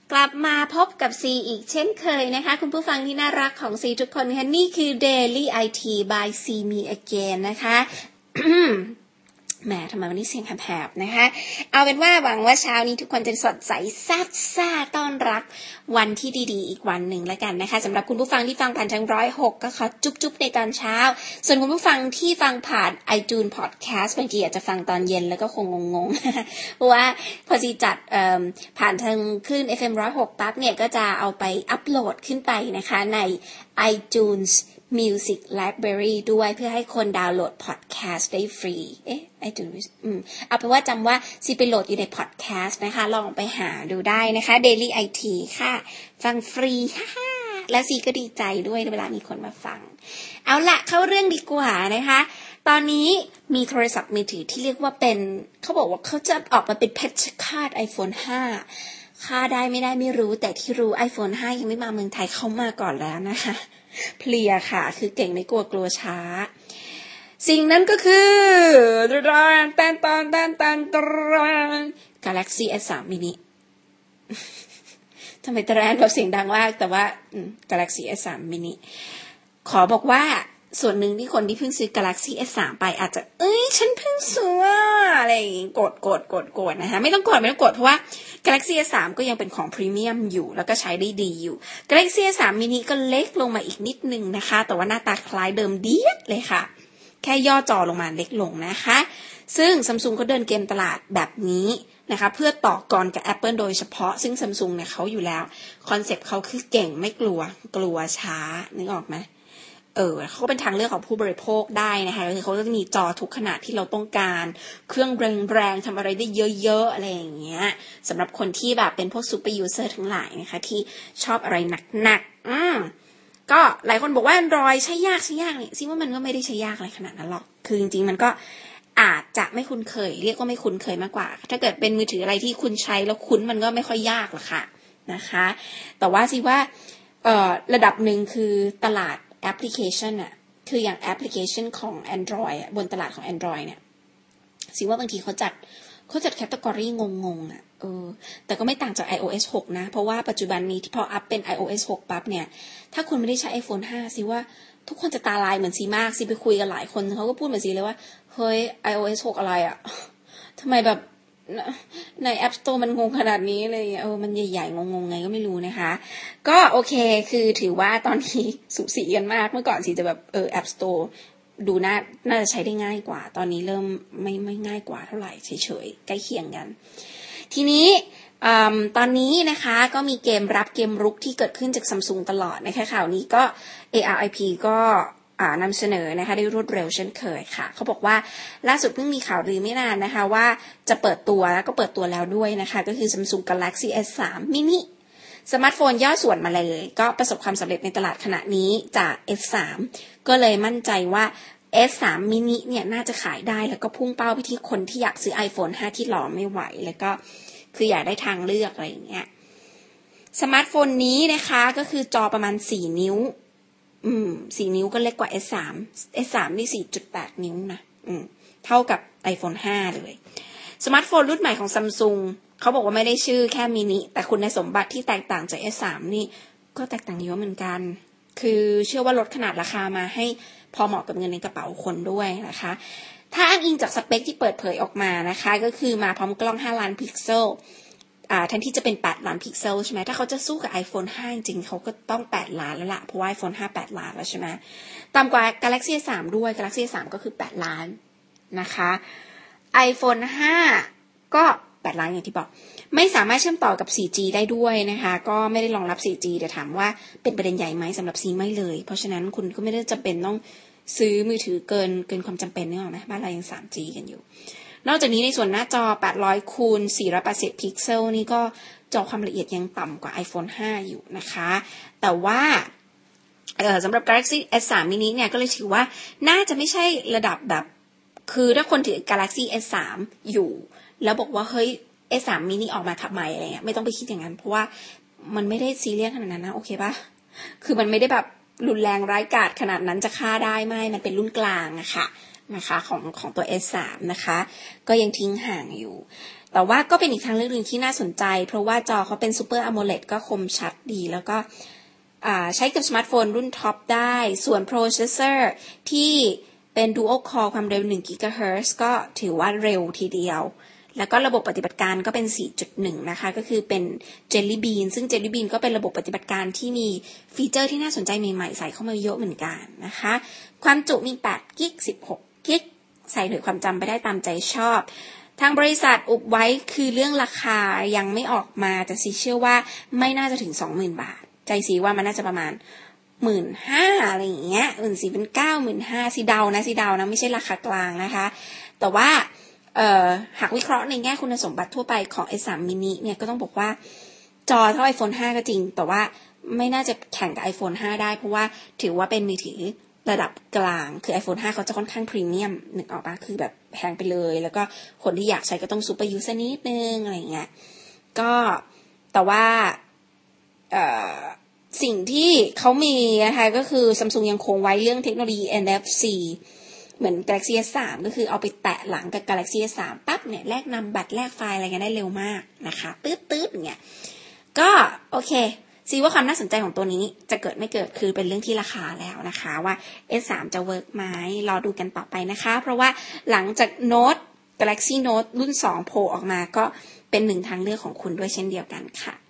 กลับมาพบกับซีอีกเช่นเคยนะคะคุณผู้ฟังที่น่ารักของซีทุกคนค่ะนี่คือ Daily IT by See Me Again นะคะ แหมทำไมวันนี้เสียงแหบๆนะคะเอาเป็นว่าหวังว่าเช้านี้ทุกคนจะสดใสซ่าต้อนรับวันที่ดีๆอีกวันหนึ่งแล้วกันนะคะสำหรับคุณผู้ฟังที่ฟังผ่านทาง106ก็ขอจุ๊บๆในตอนเช้าส่วนคุณผู้ฟังที่ฟังผ่าน iTunes Podcast บางทีอาจจะฟังตอนเย็นแล้วก็คงงงๆเพราะว่าพอซีจัดผ่านทางคลื่น FM 106ปั๊บเนี่ยก็จะเอาไปอัปโหลดขึ้นไปนะคะใน iTunes Music Library ด้วยเพื่อให้คนดาวน์โหลดพอดแคสต์ได้ฟรีiTunes เอาเป็นว่าจำว่าซีไปโหลดอยู่ในพอดแคสต์นะคะลองไปหาดูได้นะคะ Daily IT ค่ะฟังฟรีและซีก็ดีใจด้วยเวลามีคนมาฟังเอาละเข้าเรื่องดีกว่านะคะตอนนี้มีโทรศัพท์มือถือที่เรียกว่าเป็นเขาบอกว่าเขาจะออกมาเป็นเพชฌฆาต iPhone 5ค่าได้ไม่ได้ไม่รู้แต่ที่รู้ iPhone 5 ยังไม่มาเมืองไทยเข้ามาก่อนแล้วนะคะเพลียค่ะคือเก่งไม่กลัวช้าสิ่งนั้นก็คือ Galaxy S3 mini ทำไมตระแบบเสียงดังมากแต่ว่าGalaxy S3 mini ขอบอกว่าส่วนหนึ่งที่คนที่เพิ่งซื้อ Galaxy S3 ไปอาจจะฉันเพิ่งซื้ออะไรอย่างงี้โกรธนะคะไม่ต้องโกรธเพราะว่า Galaxy S3 ก็ยังเป็นของพรีเมียมอยู่แล้วก็ใช้ได้ดีอยู่ Galaxy S3 mini ก็เล็กลงมาอีกนิดนึงนะคะแต่ว่าหน้าตาคล้ายเดิมเดียดเลยค่ะแค่ย่อจอลงมาเล็กลงนะคะซึ่ง Samsung ก็เดินเกมตลาดแบบนี้นะคะเพื่อต่อกรกับ Apple โดยเฉพาะซึ่ง Samsung เนี่ยเขาอยู่แล้วคอนเซ็ปต์เขาคือเก่งไม่กลัวช้านึกออกไหมเขาก็เป็นทางเลือกของผู้บริโภคได้นะคะคือเขาก็จะมีจอทุกขนาดที่เราต้องการเครื่องแรงๆทำอะไรได้เยอะๆอะไรอย่างเงี้ยสำหรับคนที่แบบเป็นพวกซูเปอร์ยูเซอร์ทั้งหลายนะคะที่ชอบอะไรหนักๆก็หลายคนบอกว่า Android ใช้ยากนี่ซิว่ามันก็ไม่ได้ใช้ยากอะไรขนาดนั้นหรอกคือจริงๆมันก็อาจจะไม่คุ้นเคยเรียกว่าไม่คุ้นเคยมากกว่าถ้าเกิดเป็นมือถืออะไรที่คุณใช้แล้วคุ้นมันก็ไม่ค่อยยากหรอกค่ะนะคะแต่ว่าซิว่าระดับนึงคือตลาดแอปพลิเคชันอ่ะคืออย่างแอปพลิเคชันของ Android อ่ะบนตลาดของ Android เนี่ยสิว่าบางทีเขาจัดแคตตากรีงงๆอ่ะแต่ก็ไม่ต่างจาก iOS 6 นะเพราะว่าปัจจุบันนี้ที่พออัพเป็น iOS 6 ปั๊บเนี่ยถ้าคุณไม่ได้ใช้ iPhone 5 สิว่าทุกคนจะตาลายเหมือนซีมากซีไปคุยกับหลายคนเขาก็พูดเหมือนซีเลยว่าเฮ้ย iOS 6 อะไรอ่ะทำไมแบบใน App Store มันงงขนาดนี้เลยมันใหญ่ๆงงๆไงก็ไม่รู้นะคะก็โอเคคือถือว่าตอนนี้สุสีกันมากเมื่อก่อนสิจะแบบApp Store ดูน่าจะใช้ได้ง่ายกว่าตอนนี้เริ่มไม่ง่ายกว่าเท่าไหร่เฉยๆใกล้เคียงกันทีนี้ตอนนี้นะคะก็มีเกมรับเกมรุกที่เกิดขึ้นจาก Samsung ตลอดนะคะข่าวนี้ก็ ARIP ก็นำเสนอนะคะได้รวดเร็วเช่นเคยค่ะเขาบอกว่าล่าสุดเพิ่งมีข่าวลือไม่นานนะคะว่าจะเปิดตัวแล้วก็เปิดตัวแล้วด้วยนะคะก็คือ Samsung Galaxy S3 mini สมาร์ทโฟนย่อส่วนมาเลยก็ประสบความสำเร็จในตลาดขณะนี้จาก S3 ก็เลยมั่นใจว่า S3 mini เนี่ยน่าจะขายได้แล้วก็พุ่งเป้าไปที่คนที่อยากซื้อ iPhone 5 ที่รอไม่ไหวแล้วก็คืออยากได้ทางเลือกอะไรอย่างเงี้ยสมาร์ทโฟนนี้นะคะก็คือจอประมาณ4 นิ้ว4 นิ้วก็เล็กกว่า S3 นี่ 4.8 นิ้วนะเท่ากับ iPhone 5 เลยสมาร์ทโฟนรุ่นใหม่ของ Samsung เขาบอกว่าไม่ได้ชื่อแค่มินิแต่คุณสมบัติที่แตกต่างจาก S3 นี่ก็แตกต่างเยอะเหมือนกันคือเชื่อว่าลดขนาดราคามาให้พอเหมาะกับเงินในกระเป๋าคนด้วยนะคะถ้าอ้างอิงจากสเปคที่เปิดเผยออกมานะคะก็คือมาพร้อมกล้อง5 ล้านพิกเซลแทนที่จะเป็น8 ล้านพิกเซลใช่ไหมถ้าเขาจะสู้กับ iPhone 5 จริงๆเขาก็ต้อง8 ล้านแล้วล่ะเพราะว่า iPhone 5 8 ล้านแล้วใช่ไหมต่ำกว่า Galaxy S3 ด้วย Galaxy S3 ก็คือ8 ล้านนะคะ iPhone 5 ก็8 ล้านอย่างที่บอกไม่สามารถเชื่อมต่อกับ 4G ได้ด้วยนะคะก็ไม่ได้รองรับ 4G แต่ถามว่าเป็นประเด็นใหญ่ไหมสำหรับซีไม่เลยเพราะฉะนั้นคุณก็ไม่ได้จำเป็นต้องซื้อมือถือเกินความจำเป็นนึกออกไหมบ้านเรายัง 3G กันอยู่นอกจากนี้ในส่วนหน้าจอ800คูณ480พิกเซลนี่ก็จอความละเอียดยังต่ำกว่า iPhone 5 อยู่นะคะแต่ว่าสำหรับ Galaxy S3 mini เนี่ยก็เลยถือว่าน่าจะไม่ใช่ระดับแบบคือถ้าคนถือ Galaxy S3 อยู่แล้วบอกว่าเฮ้ย S3 mini ออกมาทำไมอะไรเงี้ยไม่ต้องไปคิดอย่างนั้นเพราะว่ามันไม่ได้ซีเรียสขนาดนั้นนะโอเคป่ะคือมันไม่ได้แบบรุนแรงร้ายกาจขนาดนั้นจะฆ่าได้ไม่มันเป็นรุ่นกลางอะค่ะนะคะของตัว S3 นะคะก็ยังทิ้งห่างอยู่แต่ว่าก็เป็นอีกทางเลือกหนึ่งที่น่าสนใจเพราะว่าจอเขาเป็น Super AMOLED ก็คมชัดดีแล้วก็ใช้กับสมาร์ทโฟนรุ่นท็อปได้ส่วน processor ที่เป็น Dual Core ความเร็ว1 GHz ก็ถือว่าเร็วทีเดียวแล้วก็ระบบปฏิบัติการก็เป็น 4.1 นะคะก็คือเป็น Jelly Bean ซึ่ง Jelly Bean ก็เป็นระบบปฏิบัติการที่มีฟีเจอร์ที่น่าสนใจใหม่ๆใส่เข้ามาเยอะเหมือนกันนะคะความจุมี8 กิก16 กิกใส่หน่วยความจำไปได้ตามใจชอบทางบริษัทอุบไว้คือเรื่องราคายังไม่ออกมาแต่ซีเชื่อว่าไม่น่าจะถึง 20,000 บาทใจซีว่ามันน่าจะประมาณ 15,000 อะไรอย่างเงี้ย 14,000 เป็น 95,000 ซีเดานะไม่ใช่ราคากลางนะคะแต่ว่าหากวิเคราะห์ในแง่คุณสมบัติทั่วไปของ S3 mini เนี่ยก็ต้องบอกว่าจอเท่า iPhone 5 ก็จริงแต่ว่าไม่น่าจะแข่งกับ iPhone 5 ได้เพราะว่าถือว่าเป็นมือถือระดับกลางคือ iPhone 5 เขาจะค่อนข้างพรีเมียมนึกออกปะคือแบบแพงไปเลยแล้วก็คนที่อยากใช้ก็ต้องซูเปอร์ยูสนิดนึงอะไรอย่างเงี้ยก็แต่ว่าสิ่งที่เขามีนะคะก็คือ Samsung ยังคงไว้เรื่องเทคโนโลยี NFC เหมือน Galaxy S3 ก็คือเอาไปแตะหลังกับ Galaxy S3 ปั๊บเนี่ยแลกนำบัตรแลกไฟล์อะไรกันได้เร็วมากนะคะตื๊ดๆอย่างเงี้ยก็โอเคซีว่าความน่าสนใจของตัวนี้จะเกิดไม่เกิดคือเป็นเรื่องที่ราคาแล้วนะคะว่า S3 จะเวิร์กไหมรอดูกันต่อไปนะคะเพราะว่าหลังจาก Note Galaxy Note รุ่น2 Pro ออกมาก็เป็นหนึ่งทางเลือกของคุณด้วยเช่นเดียวกันค่ะ